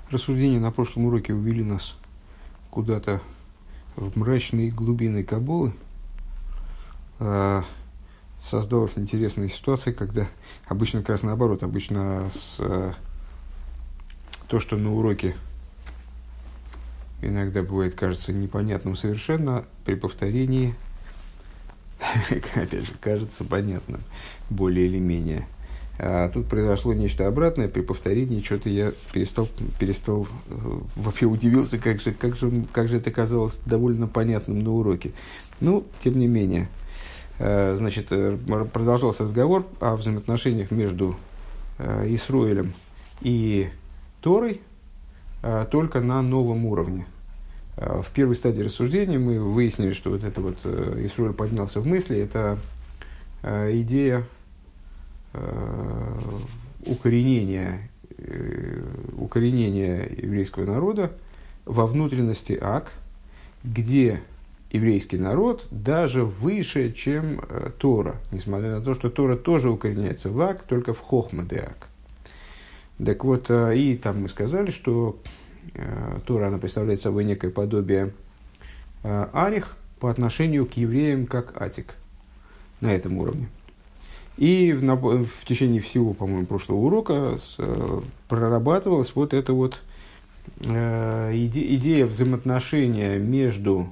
Рассуждения на прошлом уроке увели нас куда-то в мрачные глубины Каббалы. Создалась интересная ситуация, когда обычно как раз наоборот, то, что на уроке иногда бывает, кажется непонятным совершенно, при повторении, опять же, кажется понятным, более или менее. А тут произошло нечто обратное, при повторении что-то я перестал вообще удивился, как же это казалось довольно понятным на уроке. Ну, тем не менее. Значит, продолжался разговор о взаимоотношениях между Исроилем и Торой, только на новом уровне. В первой стадии рассуждения мы выяснили, что вот это вот Исроиль поднялся в мысли, это идея укоренения еврейского народа во внутренности Ак, где еврейский народ даже выше, чем Тора, несмотря на то, что Тора тоже укореняется в Ак, только в Хохма де Ак. Так вот, и там мы сказали, что Тора, она представляет собой некое подобие Арих по отношению к евреям, как Атик, на этом уровне. И в течение всего, по-моему, прошлого урока прорабатывалась вот эта вот идея взаимоотношения между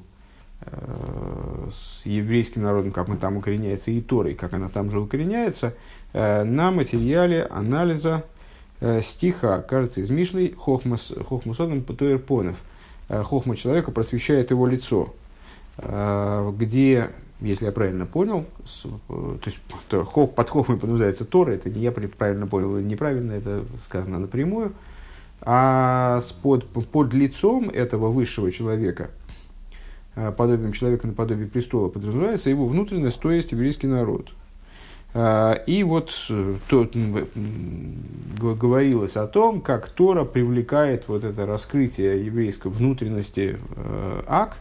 с еврейским народом, как он там укореняется, и Торой, как она там же укореняется, на материале анализа стиха, кажется, из Мишлей «Хохмусодом патуэр понов». Хохма человека просвещает его лицо, где, если я правильно понял, то есть под хохмой подразумевается Тора, это не я правильно понял или неправильно, это сказано напрямую, а под лицом этого высшего человека, подобием человека наподобие престола, подразумевается его внутренность, то есть еврейский народ. И вот тут говорилось о том, как Тора привлекает вот это раскрытие еврейской внутренности Ак,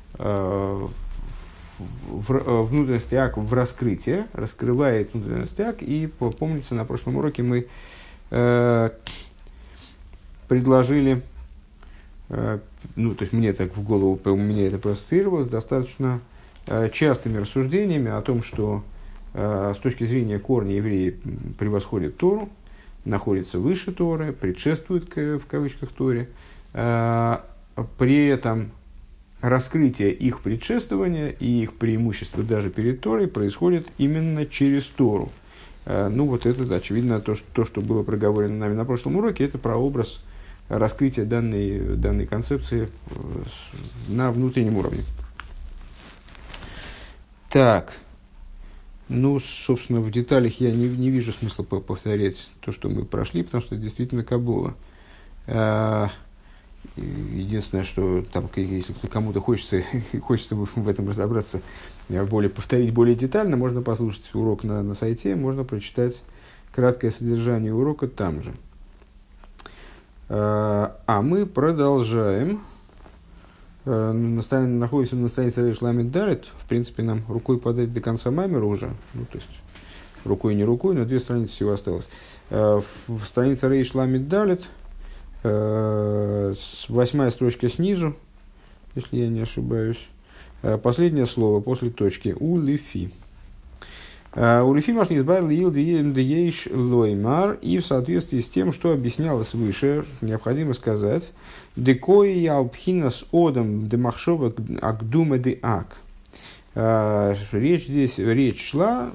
внутренности Ак в раскрытие, раскрывает внутренность Ак. И, помните, на прошлом уроке мы предложили, то есть мне так в голову, у меня это проассоциировалось достаточно частыми рассуждениями о том, что с точки зрения корня евреи превосходят Тору, находятся выше Торы, предшествуют, в кавычках, Торе. При этом раскрытие их предшествования и их преимущества даже перед Торой происходит именно через Тору. Ну вот это, да, очевидно, то, что было проговорено нами на прошлом уроке, это прообраз раскрытия данной концепции на внутреннем уровне. Так. Ну, собственно, в деталях я не вижу смысла повторять то, что мы прошли, потому что это действительно Каббала. Единственное, что там, если кому-то хочется в этом разобраться, повторить более детально, можно послушать урок на сайте, можно прочитать краткое содержание урока там же. А мы продолжаем. Находимся на странице Рейш Ламед Далет. В принципе, нам рукой подать до конца Маймера уже. Ну, то есть, рукой не рукой, но 2 страницы всего осталось. Страница Рейш Ламед Далет, 8-я строчка снизу, если я не ошибаюсь. Последнее слово после точки. У-лифи. У-лифи машни избавил ейш лоймар. И в соответствии с тем, что объяснялось выше, необходимо сказать: декои ялпхинас одам демахшова агдума де ак. Речь шла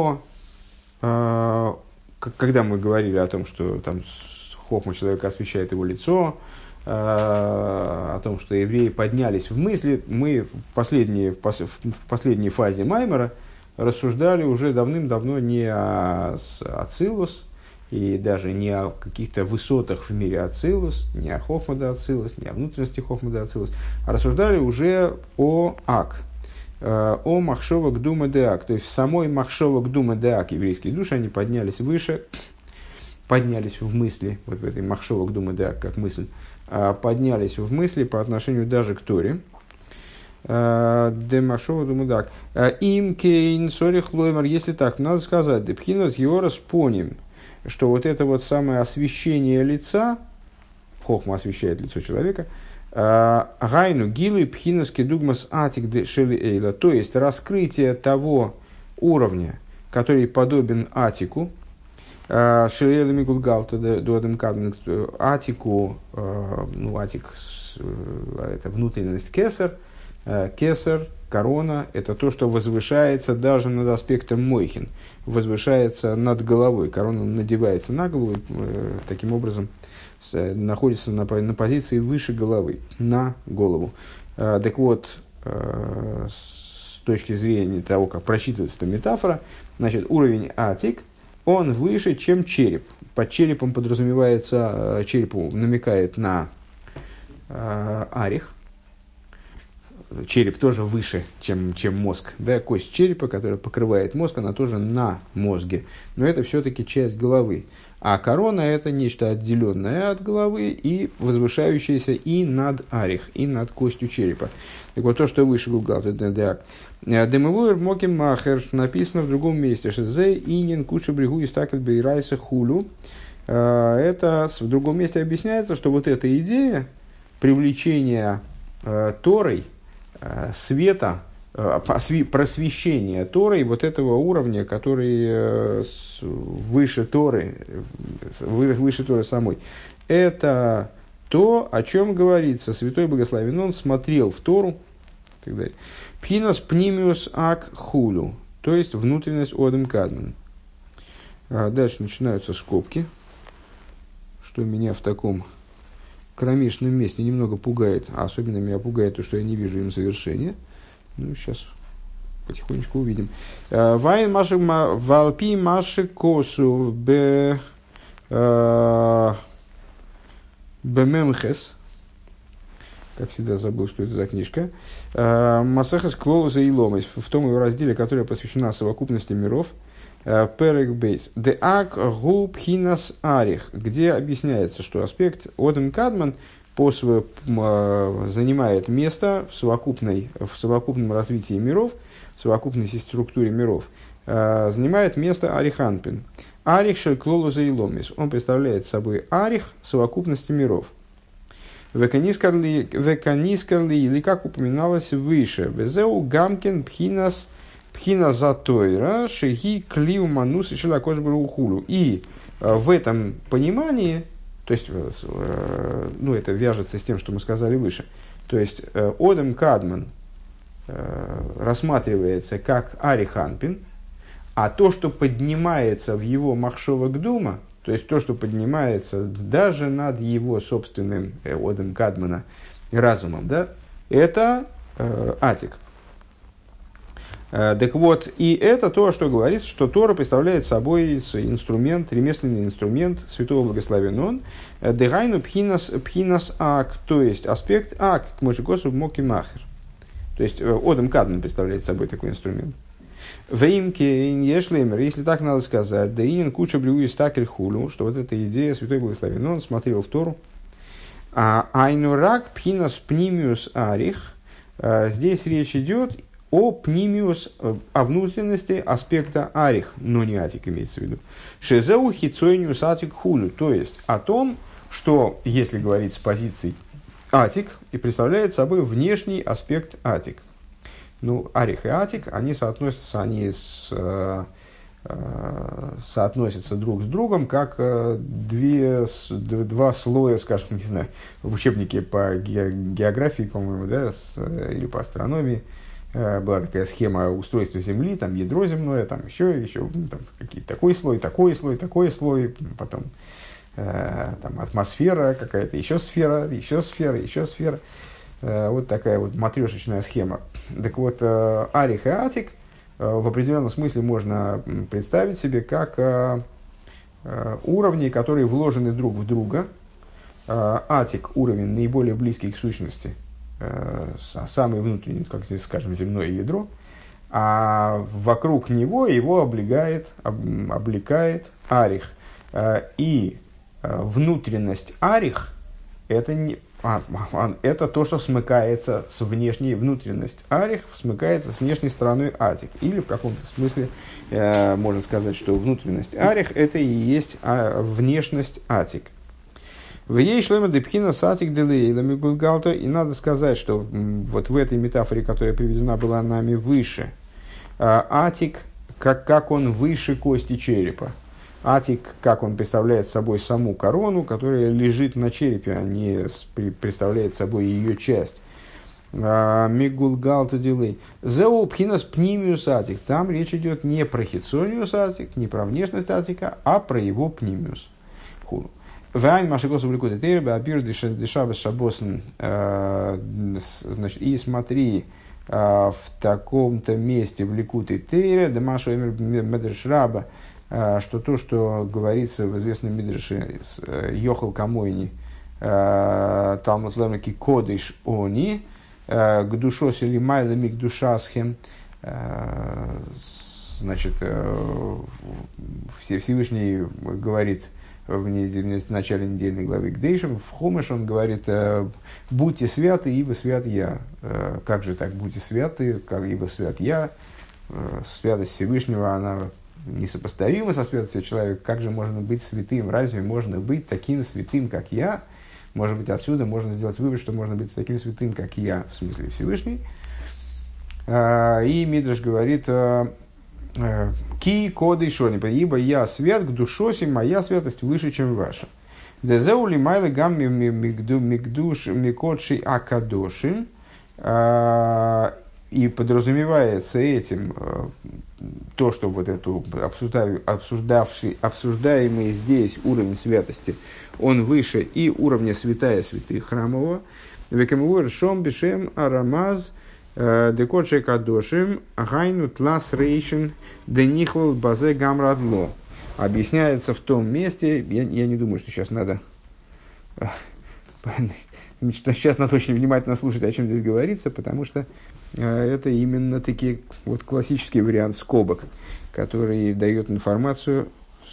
когда мы говорили о том, что там хохма человека освещает его лицо, о том, что евреи поднялись в мысли, мы в последней фазе Маймера рассуждали уже давным-давно не о Ацилус, и даже не о каких-то высотах в мире Ацилус, не о Хохма де Ацилус, не о внутренности Хохма де Ацилус, а рассуждали уже о Ак, о Махшова Гдума де Ак. То есть в самой Махшова Гдума де Ак еврейские души, они поднялись выше, поднялись в мысли, вот в этой Махшова Гдума де Ак как мысль, поднялись в мысли по отношению даже к Торе. Демашова думудак. Им кейн сорих лоймар. Если так, надо сказать, депхинас йорас поним, что вот это вот самое освещение лица, хохма освещает лицо человека. Гайну гилы пхинаски дугмас атик де шели эйла. То есть раскрытие того уровня, который подобен атику. Шели эйла мигулгал дуадам кадмин. Атику, атик, это внутренность кесар. Кесар, корона, это то, что возвышается даже над аспектом мойхин. Возвышается над головой. Корона надевается на голову, таким образом находится на позиции выше головы, на голову. Так вот, с точки зрения того, как просчитывается эта метафора, значит, уровень атик, он выше, чем череп. Под черепом подразумевается, черепу намекает на арих. Череп тоже выше, чем мозг. Да? Кость черепа, которая покрывает мозг, она тоже на мозге. Но это все-таки часть головы. А корона – это нечто отделенное от головы и возвышающееся и над арих, и над костью черепа. Так вот, то, что выше Гулгал, это деак. Демевуэр моким махер, написано в другом месте. Шезе инин куча брегу и стакет бейрайса хулю. Это в другом месте объясняется, что вот эта идея привлечения Торой, света, просвещения Торой, вот этого уровня, который выше Торы самой, это то, о чем говорится. Святой Благословен Он смотрел в Тору, пхинас пнимиус ак хулю, то есть внутренность одем кадмен. Дальше начинаются скобки, что меня в таком кромешном месте немного пугает, а особенно меня пугает то, что я не вижу им завершения. Ну, сейчас потихонечку увидим. Вайн маши валпи маши косу бемемхес. Как всегда забыл, что это за книжка. Масехес клолуса и ломес. В том его разделе, который посвящена совокупности миров. Перек бейс. Де ак гу пхинас арих. Где объясняется, что аспект Одем Кадман занимает место в совокупном развитии миров, в совокупной структуре миров, занимает место Ариханпин. Арих шельклолуза и ломис. Он представляет собой арих совокупности миров. Веканискарли, или как упоминалось выше, везеу гамкин пхинас затойра шеги клиу манус и шелакошбарухулу. И в этом понимании, то есть, это вяжется с тем, что мы сказали выше, то есть, Одем Кадман рассматривается как Ариханпин, а то, что поднимается в его Махшова Гдума, то есть, то, что поднимается даже над его собственным Одем Кадмана разумом, да, это Атик. Так вот, и это то, что говорится, что Тора представляет собой инструмент, ремесленный инструмент Святого Благословен Он, дегайну пхинас ак, то есть аспект ак, к мышекосу моки махер. То есть Одем Кадман представляет собой такой инструмент. Веймке иньешлемер, если так надо сказать, да инин куча брюи стакель хулю, что вот эта идея Святой Благословен Он смотрел в Тору. А айнурак пхинас пнимиус арих, здесь речь идет о пнимиус, о внутренности аспекта арих, но не атик имеется в виду. Шезеу хицойниус атик хулю, то есть о том, что, если говорить с позиции атик, и представляет собой внешний аспект атик. Ну, арих и атик, они соотносятся, соотносятся друг с другом, как два слоя, скажем, не знаю, в учебнике по географии, по-моему, да, или по астрономии, была такая схема устройства Земли, там ядро земное, там еще там какие-то такой слой, такой слой, потом там атмосфера какая-то, еще сфера. Вот такая вот матрешечная схема. Так вот, арих и атик в определенном смысле можно представить себе как уровни, которые вложены друг в друга. Атик – уровень наиболее близкий к сущности, самый внутренний, как здесь скажем, земное ядро, а вокруг него его облекает арих. И внутренность арих – это то, что смыкается с внешней внутренностью. Арих смыкается с внешней стороной атик. Или в каком-то смысле можно сказать, что внутренность арих – это и есть внешность атик. В ей шлема депхина сатик делейлами гулгалто. И надо сказать, что вот в этой метафоре, которая приведена была нами выше, атик, как он выше кости черепа. Атик, как он представляет собой саму корону, которая лежит на черепе, а не представляет собой ее часть. Мигулгалта дилей. Зеу пхинас пнимиус атик. Там речь идет не про хитсониус атик, не про внешность атика, а про его пнимиус. Вайн машикосу бликуты теребе, апир дешабес шабосен. И смотри, в таком-то месте в ликуты тере, дамашу эмер медреш раба, что то, что говорится в известном мидреше Йохал Камойни, Талмуд Лемеки Кодыш Они, к душос или майлами к душасхем, значит, Всевышний говорит в начале недельной главы Гдейшем, в Хумеш он говорит: будьте святы, ибо свят я. Как же так, будьте святы, ибо свят я? Святость Всевышнего, она несопоставима со святостью человека. Как же можно быть святым? Разве можно быть таким святым, как я? Может быть, отсюда можно сделать вывод, что можно быть таким святым, как я, в смысле Всевышний. И Мидраш говорит: «Ки коды шони, ибо я свят к душоси, моя святость выше, чем ваша». «Дезеули майлы гамми мигдуш микодши акадошим». И подразумевается этим то, что вот эту обсуждаемый здесь уровень святости, он выше и уровня святая святых храмового. Векамуэр шом бешем арамаз декодше кадошим гайну тлас рейшин денихлал базе гамрадло. Объясняется в том месте, я не думаю, что сейчас надо очень внимательно слушать, о чем здесь говорится, потому что это именно таки вот классический вариант скобок, который дает информацию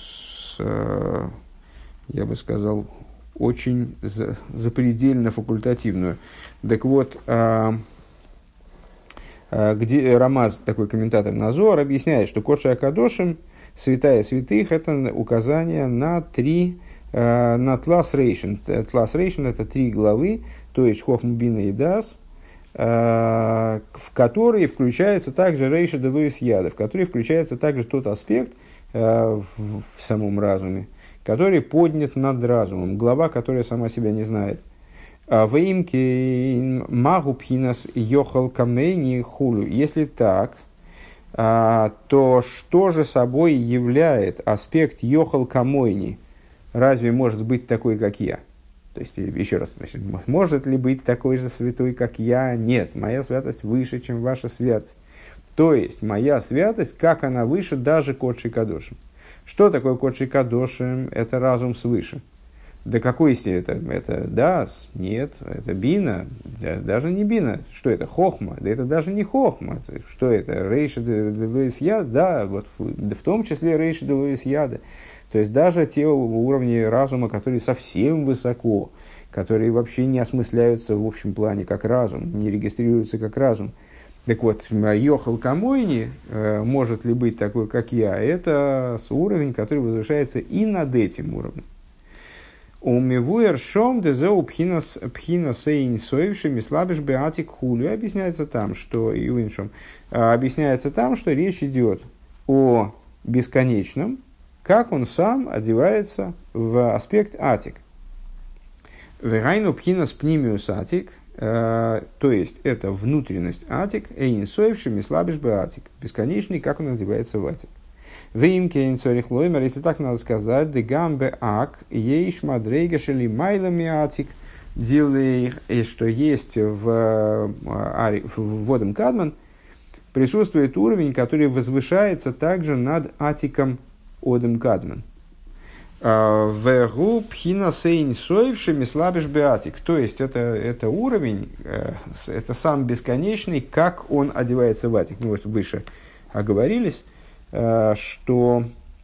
я бы сказал, очень запредельно факультативную. Так вот, где Рамаз, такой комментатор на Зоар, объясняет, что Кодши Акадошим, святая святых, это указание на Тлас Рейшин. Тлас Рейшин — это 3 главы, то есть Хохма Бина и Дас, в которые включается также Рейша де Луис Яда, в которые включается также тот аспект в самом разуме, который поднят над разумом, глава, которая сама себя не знает. Если так, то что же собой являет аспект Йохал Камойни? Разве может быть такой, как я? То есть, еще раз, значит, может ли быть такой же святой, как я? Нет, моя святость выше, чем ваша святость. То есть, моя святость, как она выше даже Кодши Кадошим. Что такое Кодши Кадошим? Это разум свыше. Да какой это дас? Нет, это бина, даже не бина. Что это? Хохма? Да это даже не хохма. Что это? Рейша де Луис Яд? Да, вот в том числе Рейша де Луис Яда. То есть даже те уровни разума, которые совсем высоко, которые вообще не осмысляются в общем плане как разум, не регистрируются как разум. Так вот, Йохал Камойни, может ли быть такой, как я, это уровень, который возвышается и над этим уровнем. Умивуэр шом дезеу пхинас эйн соевшими слабиш беатик хулю. Объясняется там, что речь идет о бесконечном, как он сам одевается в аспект атик. Верайну пхинас пнимиус атик, то есть это внутренность атик, эйн соевшими слабиш беатик, бесконечный, как он одевается в атик. Если так надо сказать, дегамбе ак, ейш мадрейга шели майлами атик, делай, что есть в Водом Кадман, присутствует уровень, который возвышается также над атиком Одем Кадман. Вегу пхина сейн соевшими слабиш беатик. То есть это уровень, это сам бесконечный, как он одевается в атик. Мы вот выше оговорились, что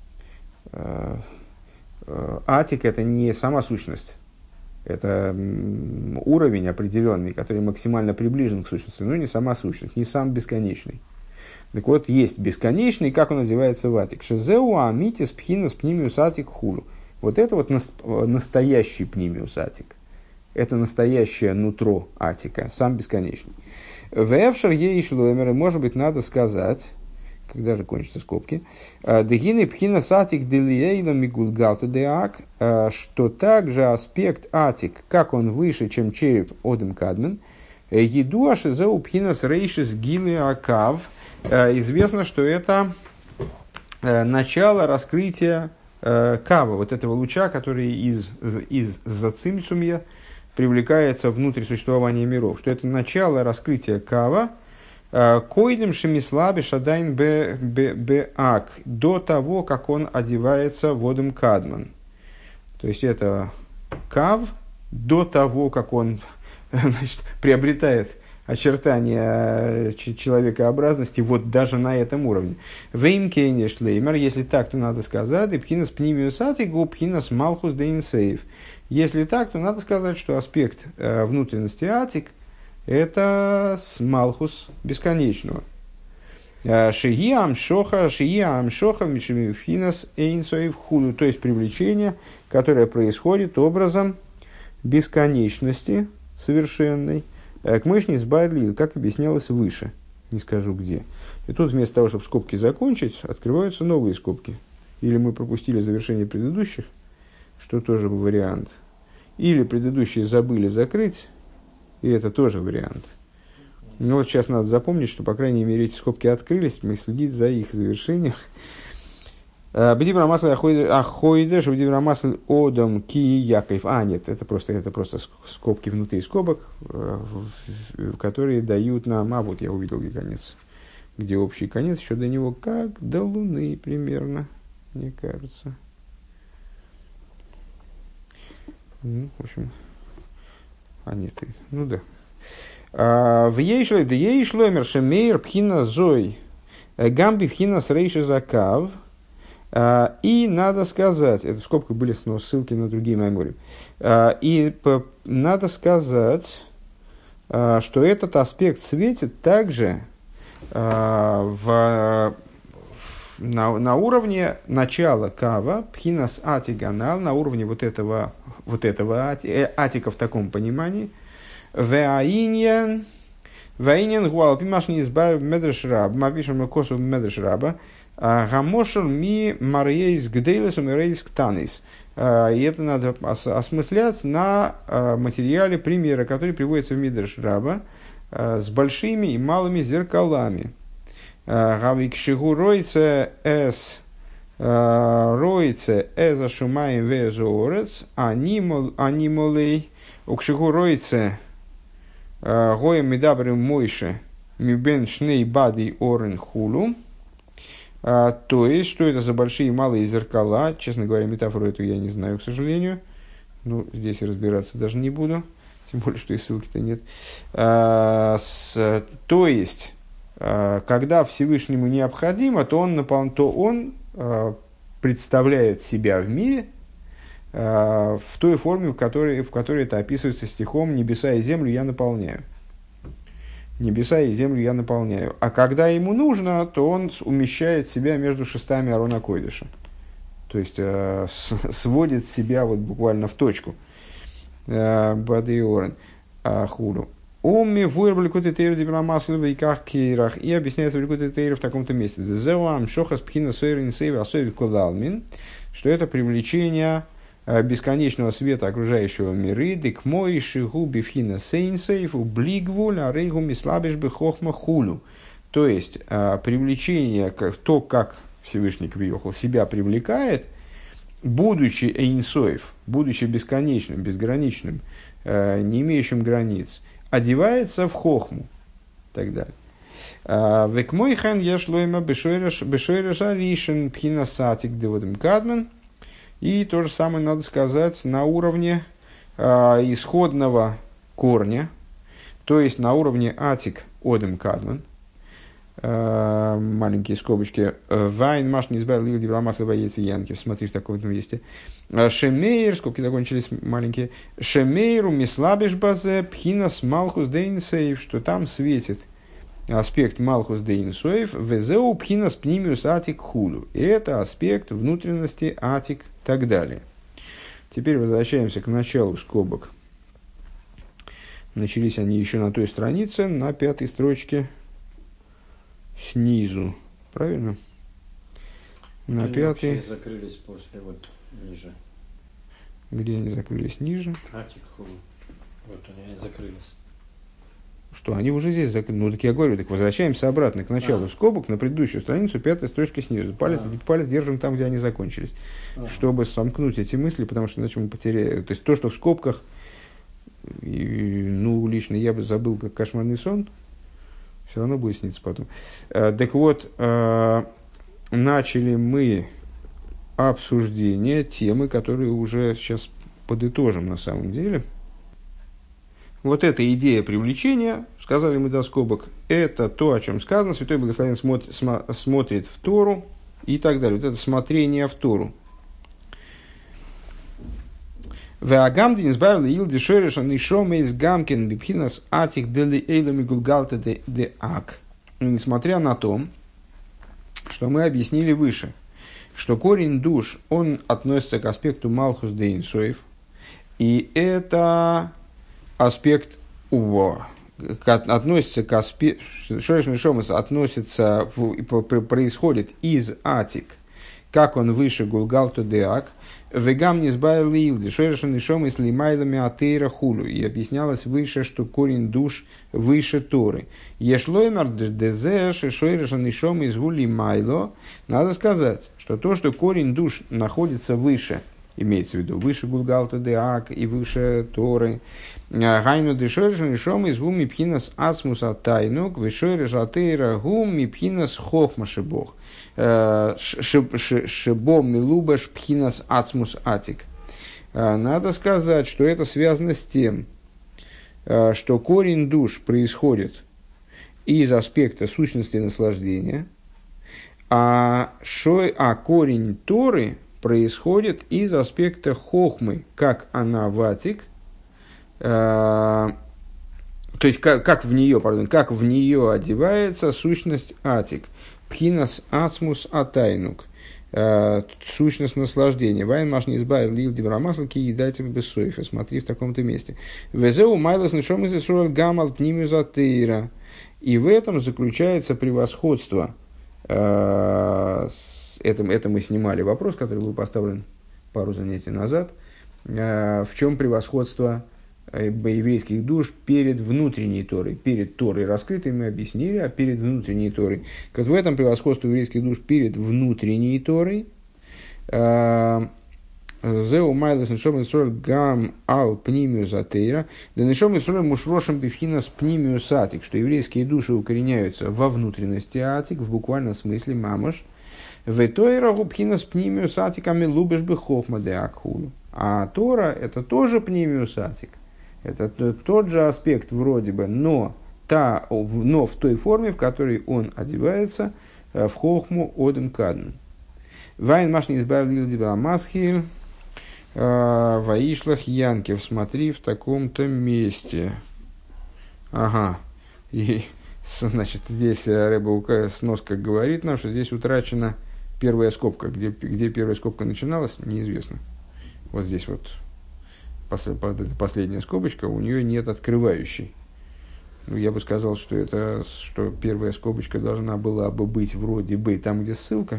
атик — это не сама сущность, это уровень определенный, который максимально приближен к сущности, но не сама сущность, не сам бесконечный. Так вот, есть бесконечный, как он одевается в атик. Шезеу амитис пхинас пнимиус атик хулу. Вот это вот настоящий пнимиус атик. Это настоящее нутро атика, сам бесконечный. Вэвшер ейшлоймер, может быть, надо сказать, когда же кончатся скобки, дегины пхина сатик делиейна мигулгалту деак, что также аспект атик, как он выше, чем череп одем кадмен, едуаши зеу пхина с рейшис гилы акав, известно, что это начало раскрытия кава, вот этого луча, который из зацимцумья привлекается внутрь существования миров, что это начало раскрытия кава, койдем шемислаби шадайн беак, до того, как он одевается водом кадман. То есть это кав до того, как он приобретает очертания человекообразности вот даже на этом уровне. Веймкейне шлеймер, если так, то надо сказать, и пхинас пнимиус атику, пхинас малхус дейнсейв. Если так, то надо сказать, что аспект внутренности атик – это малхус бесконечного. Шии амшоха мишемифхинас эйнсоев худу, то есть привлечение, которое происходит образом бесконечности совершенной, к мышне сбарлил, как объяснялось выше, не скажу где. И тут вместо того, чтобы скобки закончить, открываются новые скобки. Или мы пропустили завершение предыдущих, что тоже вариант. Или предыдущие забыли закрыть, и это тоже вариант. Но вот сейчас надо запомнить, что, по крайней мере, эти скобки открылись, мы следить за их завершением. Бдибрамасль ахойдеш, бдибрамасль одом ки яков. Нет, это просто скобки внутри скобок, которые дают нам, вот я увидел где конец, где общий конец, еще до него как до Луны примерно, мне кажется. В общем, да. В ейшлоймер шемейр пхина зой, гамби пхина с рейши закав. И надо сказать, это в скобках были ссылки на другие маймори, и надо сказать, что этот аспект светит также на уровне начала кава, пхинас атиганал, на уровне вот этого атика в таком понимании, веаиньян гуалпимашни избавив медрешраб, мы пишем косу медрешраба, гамошел ми марейс гдейлес умерейс ктанис. И это надо осмыслять на материале примера, который приводится в Мидраш Раба, с большими и малыми зеркалами. Гавикшигу ройце эс ашумаем везорец анимолей укшигу ройце гоем мидабрим мойше мибен шней бадий орен хулу. То есть, что это за большие и малые зеркала? Честно говоря, метафору эту я не знаю, к сожалению. Здесь разбираться даже не буду. Тем более, что и ссылки-то нет. То есть, когда Всевышнему необходимо, то он представляет себя в мире в той форме, в которой это описывается стихом «Небеса и землю я наполняю». Небеса и землю я наполняю. А когда ему нужно, то он умещает себя между шестами Арона Койдыша. То есть, сводит себя вот буквально в точку. Бады и Орен. Худу. Умми вырвали кутетейр дибрамаслы в иках кейрах. И объясняется в Ликутетейре в таком-то месте. Зеуам шохас пхина сойрин сейв асови кодалмин. Что это привлечение бесконечного света окружающего миры, дик мой шигу бифхина сейнсейф ублигвуль арейгу мислабиш бы хохма хулю. То есть, привлечение, то, как Всевышний Квиохал себя привлекает, будучи эйнсоев, будучи бесконечным, безграничным, не имеющим границ, одевается в хохму и так далее. Век мой хан яшлойма бешойреша ришен пхина сатик деводим кадмен. И то же самое надо сказать на уровне исходного корня, то есть на уровне атик одем кадман, маленькие скобочки, вайн маш не избавил лил диврамаслова яйца янки, смотри в таком-то месте, шемейр, скобки закончились маленькие, шемейру мислабиш базе пхинас малхус дейнсейв, что там светит аспект малхус дейнсейв, везеу пхинас пнимиус атик хулу, и это аспект внутренности атик, и так далее. Теперь возвращаемся к началу скобок. Начались они еще на той странице, на 5-й строчке снизу. Правильно? На 5-й. Закрылись после, вот ниже. Где они закрылись? Ниже. Атик, вот они закрылись. Что, они уже здесь закрыли? Ну, так я говорю, так возвращаемся обратно к началу скобок, на предыдущую страницу, 5-я строчка снизу. Палец держим там, где они закончились. Чтобы сомкнуть эти мысли, потому что иначе мы потеряем. То есть, то, что в скобках, лично я бы забыл, как кошмарный сон, все равно будет сниться потом. Так вот, начали мы обсуждение темы, которые уже сейчас подытожим на самом деле. Вот эта идея привлечения, сказали мы до скобок, это то, о чем сказано, Святой Благословен смотрит в Тору и так далее. Вот это смотрение в Тору. Веагамдин избавил Илди Шереша Нишома из Гамкин Бипхинас Атик Дели Эйлами Гулгалта де Ак. Несмотря на то, что мы объяснили выше, что корень душ, он относится к аспекту Малхус де Инсоев, и это аспект Уво, относится к аспекту, Шереш Нишомас относится, происходит из Атик, как он выше Гулгалту Деак, Вегам не сбавил Илди, Шереш Нишомас лимайлами атеира хулю, и объяснялось выше, что корень душ выше Торы. Ешлоймар дезеш Шереш Нишомас гули майло, надо сказать, что то, что корень душ находится выше, имеется в виду выше Гулгалту Деак и выше Торы, Гайну дешереш нишом из гум мипхинас ацмуса тайнук, вешереш атеира гум мипхинас хохма шебох. Шебом милубаш пхинас ацмус атик. Надо сказать, что это связано с тем, что корень душ происходит из аспекта сущности наслаждения, а корень Торы происходит из аспекта хохмы, как она ватик, то есть как в нее одевается сущность атик, пхинас ацмус атайнук, сущность наслаждения. Вайн маш не избавил лил дибрамаслки и дайте в бессоев. Смотри в таком-то месте. Везеу майлас нишом из Исруэль гамал пнимюзатейра. И в этом заключается превосходство. Это мы снимали вопрос, который был поставлен пару занятий назад. В чем превосходство еврейских душ перед внутренней Торой? Перед Торой раскрытой мы объяснили, а перед внутренней Торой. Вот в этом превосходство еврейских душ перед внутренней Торой. Зеу майлас нишом исроль гам ал пнимиус атеира. Да нишом исроль мушрошем бифхинас пнимиус атик. Что еврейские души укореняются во внутренности атик, в буквальном смысле мамаш. В Тойра губхинас пнимиус атиками лубеш бы хохма де акхулу. А Тора это тоже пнимиус атик. Это тот же аспект вроде бы, но в той форме, в которой он одевается в хохму одем кадн. Вайн машни избавил дибла масхиль ваишлах янкев. Смотри в таком-то месте. Ага. И, значит, здесь Ребе сноска говорит нам, что здесь утрачена первая скобка. Где первая скобка начиналась, неизвестно. Вот здесь вот. Последняя скобочка, у нее нет открывающей. Я бы сказал, что первая скобочка должна была бы быть вроде бы там, где ссылка.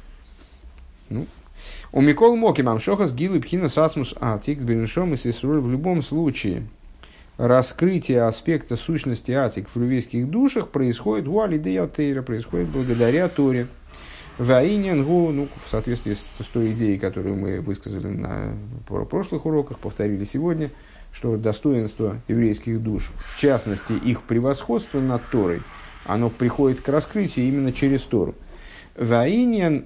У Микол Моки Мамшохас Гилы Пхина Сасмус Атик Бенешом и Сисруль. В любом случае раскрытие аспекта сущности Атик в еврейских душах происходит происходит благодаря Торе. В соответствии с той идеей, которую мы высказали на прошлых уроках, повторили сегодня, что достоинство еврейских душ, в частности их превосходство над Торой, оно приходит к раскрытию именно через Тору. И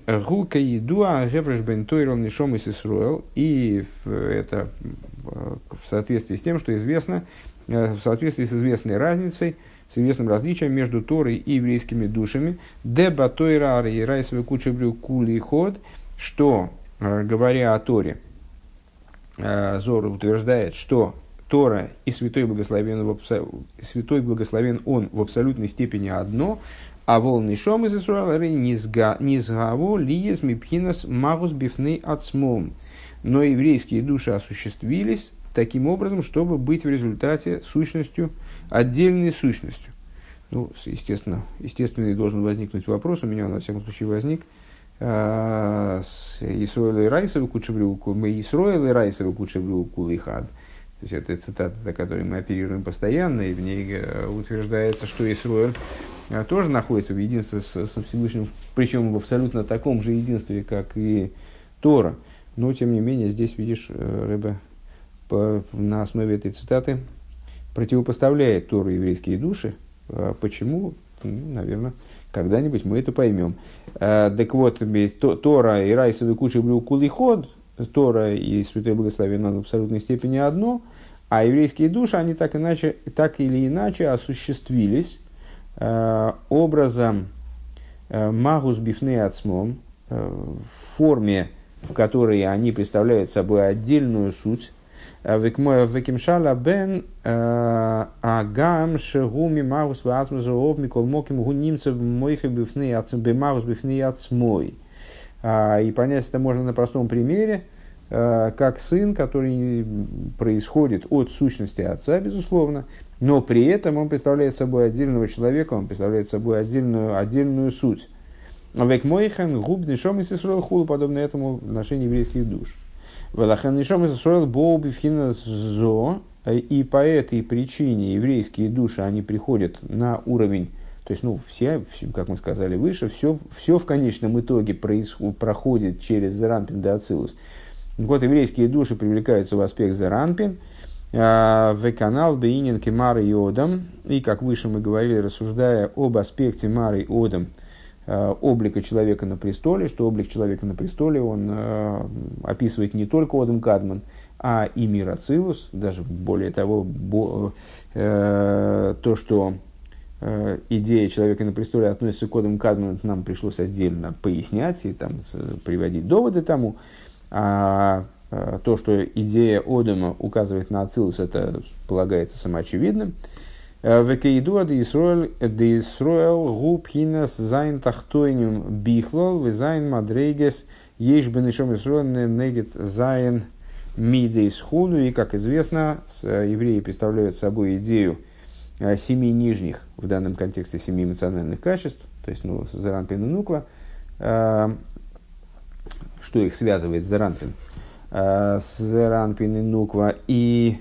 это в соответствии с тем, что известно, в соответствии с известной разницей, с известным различием между Торой и еврейскими душами, деба тойра и райсовый кучебрю кули ход, что, говоря о Торе, Зор утверждает, что Тора и Святой Благословен Он в абсолютной степени одно, а волны шом из Исруэля низгаву лиез мипхинас магус бифны ацмом. но еврейские души осуществились таким образом, чтобы быть в результате сущностью, отдельной сущностью. Ну, естественно, должен возникнуть вопрос, у меня, на всяком случае, возник. Исроэл и Райсовы кучевлюку, мы Исроэл и Райсовы кучевлюку лихад. То есть это цитата, о которой мы оперируем постоянно, и в ней утверждается, что Исроэль тоже находится в единстве со Всевышним, причем в абсолютно таком же единстве, как и Тора. Но, тем не менее, здесь, видишь, Ребе на основе этой цитаты противопоставляет Тору и еврейские души. Почему? Наверное, когда-нибудь мы это поймем. Так вот, Тора и Райсовый куча блю кулиход, Тора и Святое Благословение в абсолютной степени одно, а еврейские души, они так или иначе осуществились образом магус бифней ацмом, в форме, в которой они представляют собой отдельную суть. Векимшала бен агам шегуми магус вазмазоов микол моким гунимцев мойхе бифней ацм бемагус бифней ацмой. И понять это можно на простом примере, как сын, который происходит от сущности отца, безусловно, но при этом он представляет собой отдельного человека, он представляет собой отдельную суть. Век мойхен губ нишом из Исроэл хулу, подобно этому в отношении еврейских душ. Велахен нишом из Исроэл боу бифхина зо, и по этой причине еврейские души, они приходят на уровень, то есть, все, как мы сказали выше, все в конечном итоге проходит через Зеранпин де Ацилус. Вот еврейские души привлекаются в аспект Зеранпин, в канал Бейнин Кемар и Одам, и, как выше мы говорили, рассуждая об аспекте Мары и Одам, облика человека на престоле, что облик человека на престоле, он описывает не только Одам Кадман, а и мир Ацилус, даже более того, то, что идея человека на престоле относится к Одам Кадману, нам пришлось отдельно пояснять и там, приводить доводы тому. А то, что идея Одама указывает на Ацилус, это полагается самоочевидным. Векейдуа де Исроэл губ хинас зайн тахтойним бихлол везайн мадрейгес еш бенешом Исроэл негет зайн мидейс худу. И, как известно, евреи представляют собой идею 7 нижних, в данном контексте 7 эмоциональных качеств, то есть Зеранпин и Нуква. Что их связывает с Зеранпин? С Зеранпин и Нуква. И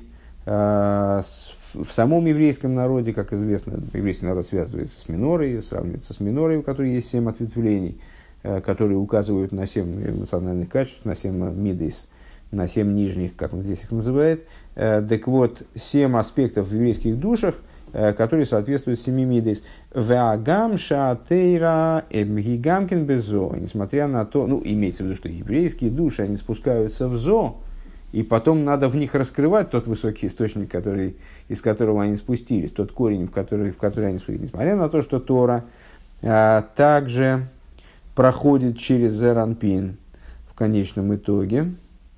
в самом еврейском народе, как известно, еврейский народ связывается с Минорой, сравнивается с Минорой, у которой есть 7 ответвлений, которые указывают на 7 эмоциональных качеств, на 7 мидейс, на 7 нижних, как он здесь их называет. Так вот, 7 аспектов в еврейских душах, которые соответствуют 7 мидейс. Веагам шатейра гигамкин безо. Несмотря на то, имеется в виду, что еврейские души, они спускаются в зо, и потом надо в них раскрывать тот высокий источник, из которого они спустились, тот корень, в который они спустились. Несмотря на то, что Тора также проходит через Зеранпин в конечном итоге.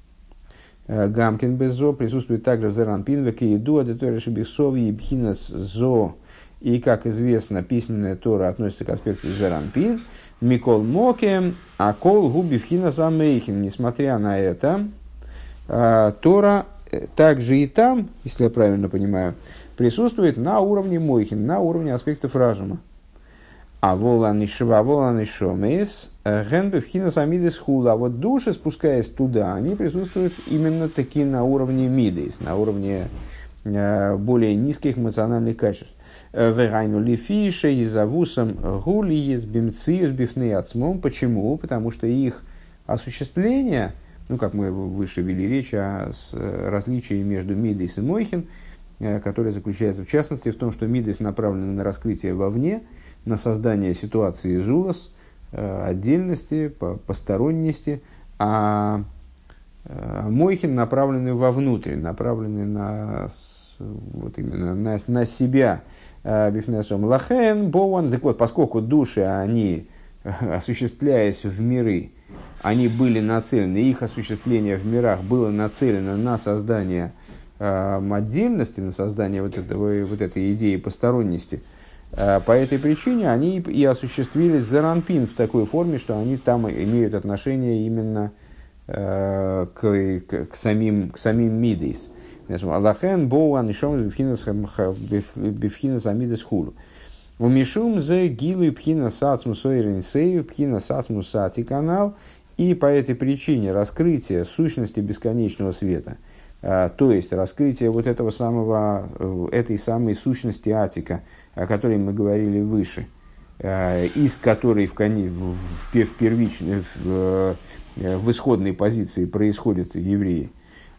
Гамкин безо присутствует также в Зеранпин, векеиду, адетора шебисов, ебхинас зо. И, как известно, письменная Тора относится к аспекту Зеранпин. Микол моке, акол губи вхинас амейхин. Несмотря на это, Тора также и там, если я правильно понимаю, присутствует на уровне мойхин, на уровне аспектов разума. А волан и шомес, генбе вхинас амидес хула. А вот души, спускаясь туда, они присутствуют именно таки на уровне мидес, на уровне более низких эмоциональных качеств. Верайну лифише и завусом гулиес бимциус бифней ацмом. Почему? Потому что их осуществление, как мы выше вели речь о различии между мидес и мойхин, которое заключается в частности в том, что мидес направлены на раскрытие вовне, на создание ситуации зулас, отдельности, посторонности, а мойхин направлены вовнутрь, направлены именно на себя. Бифнесом лахен боуан. Так вот, поскольку души, они, осуществляясь в миры, они были нацелены, их осуществление в мирах было нацелено на создание отдельности, на создание вот этой идеи посторонности. По этой причине они и осуществились Зеранпин в такой форме, что они там имеют отношение именно к самим мидейс. Аллахен боу анишом бифхинас амидес хулу. Умишум зе гилу пхинас ацмус ойренсею пхинас ацмус ати канал. И по этой причине раскрытие сущности бесконечного света, то есть раскрытие вот этого самого, этой самой сущности атика, о которой мы говорили выше, из которой в исходной позиции происходят евреи,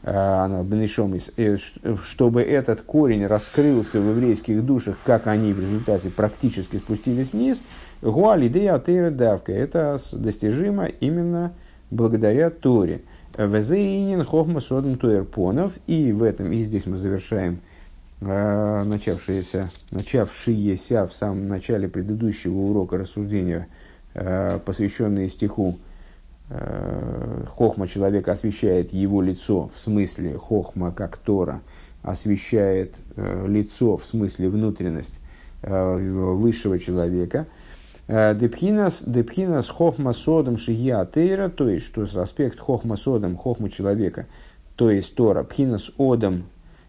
чтобы этот корень раскрылся в еврейских душах, как они в результате практически спустились вниз, гуалидея тейра давка, это достижимо именно благодаря Торе. Везеинин хохма содом туэрпонов, и в этом, и здесь мы завершаем начавшиеся в самом начале предыдущего урока рассуждения, посвященные стиху «Хохма человека освещает его лицо», в смысле хохма как Тора освещает лицо, в смысле внутренность высшего человека. Депхинас хохма содом шия тейра, то есть, что аспект хохма содом, хохма человека, то есть Тора, пхинас одам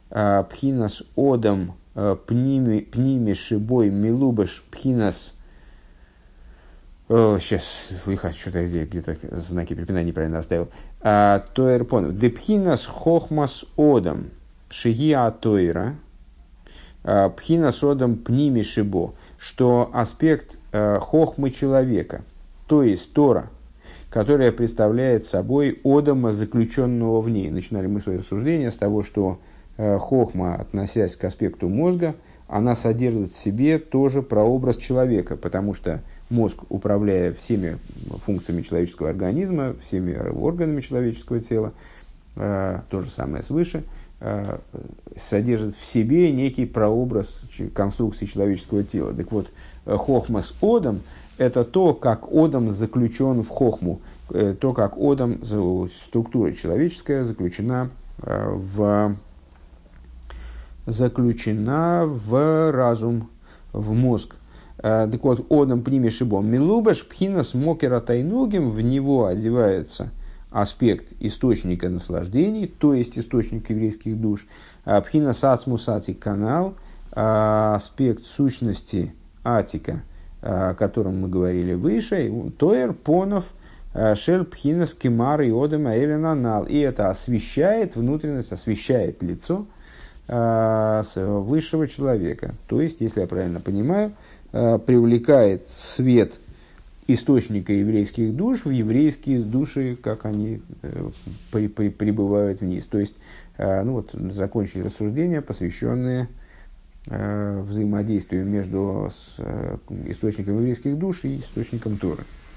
пними шибой милубаш пхинас. Сейчас, слыхать, что-то я здесь где-то знаки препинания неправильно оставил. Тоэрпон. Депхинас хохмас одам шия тойра пхинас одам пними шибо, что аспект хохмы человека, то есть Тора, которая представляет собой одама, заключенного в ней. Начинали мы свои рассуждения с того, что хохма, относясь к аспекту мозга, она содержит в себе тоже прообраз человека, потому что мозг, управляя всеми функциями человеческого организма, всеми органами человеческого тела, то же самое свыше, содержит в себе некий прообраз конструкции человеческого тела. Так вот, хохма с одом – это то, как одам заключен в хохму, то, как одам, структура человеческая, заключена в разум, в мозг. Так вот, одам пними шибом милубаш пхинас мокера тайнугим, в него одевается аспект источника наслаждений, то есть источник еврейских душ, пхинас ацмус атик канал, аспект сущности атика, о котором мы говорили выше, тоэр понов шель пхинас кемар и одам аэлянанал, и это освещает внутренность, освещает лицо высшего человека, то есть, если я правильно понимаю, привлекает свет источника еврейских душ в еврейские души, как они прибывают вниз. То есть, закончили рассуждения, посвященные взаимодействию между источником еврейских душ и источником Торы.